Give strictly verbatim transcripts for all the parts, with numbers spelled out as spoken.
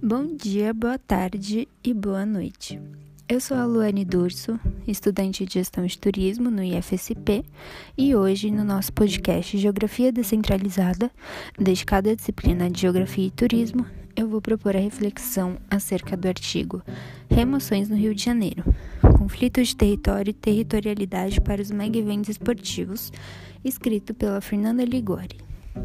Bom dia, boa tarde e boa noite. Eu sou a Luane Durso, estudante de Gestão de Turismo no I F S P, e hoje, no nosso podcast Geografia Descentralizada, dedicado à disciplina de Geografia e Turismo, eu vou propor a reflexão acerca do artigo Remoções no Rio de Janeiro, Conflitos de Território e Territorialidade para os Mega-Eventos Esportivos, escrito pela Fernanda Liguori.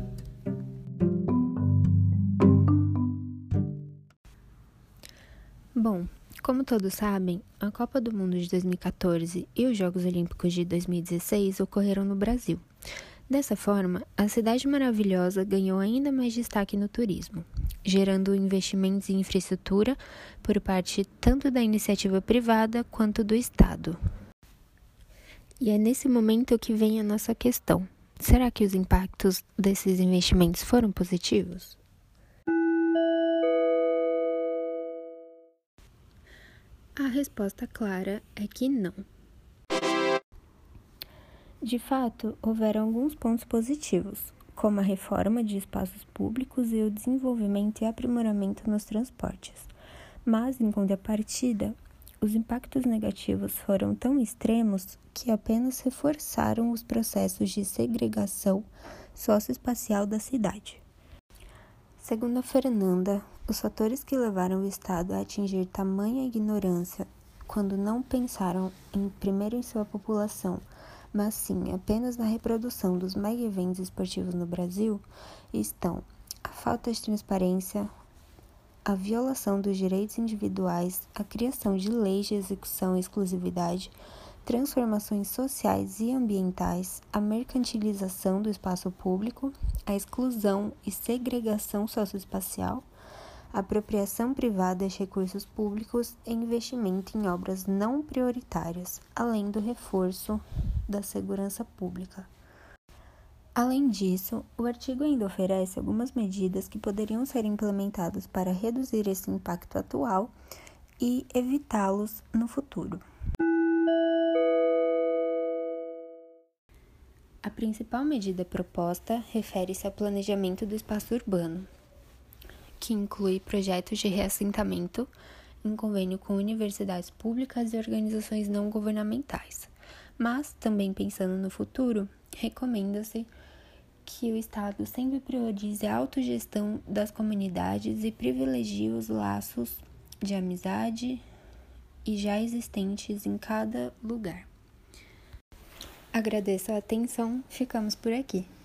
Bom, como todos sabem, a Copa do Mundo de dois mil e catorze e os Jogos Olímpicos de dois mil e dezesseis ocorreram no Brasil. Dessa forma, a Cidade Maravilhosa ganhou ainda mais destaque no turismo, gerando investimentos em infraestrutura por parte tanto da iniciativa privada quanto do Estado. E é nesse momento que vem a nossa questão. Será que os impactos desses investimentos foram positivos? A resposta clara é que não. De fato, houveram alguns pontos positivos, como a reforma de espaços públicos e o desenvolvimento e aprimoramento nos transportes. Mas, em contrapartida, os impactos negativos foram tão extremos que apenas reforçaram os processos de segregação socioespacial da cidade. Segundo a Fernanda, os fatores que levaram o Estado a atingir tamanha ignorância quando não pensaram em, primeiro em sua população, mas sim apenas na reprodução dos mega-eventos esportivos no Brasil, estão a falta de transparência, a violação dos direitos individuais, a criação de leis de execução e exclusividade, transformações sociais e ambientais, a mercantilização do espaço público, a exclusão e segregação socioespacial, a apropriação privada de recursos públicos e investimento em obras não prioritárias, além do reforço da segurança pública. Além disso, o artigo ainda oferece algumas medidas que poderiam ser implementadas para reduzir esse impacto atual e evitá-los no futuro. A principal medida proposta refere-se ao planejamento do espaço urbano, que inclui projetos de reassentamento em convênio com universidades públicas e organizações não governamentais. Mas, também pensando no futuro, recomenda-se que o Estado sempre priorize a autogestão das comunidades e privilegie os laços de amizade e já existentes em cada lugar. Agradeço a atenção, ficamos por aqui.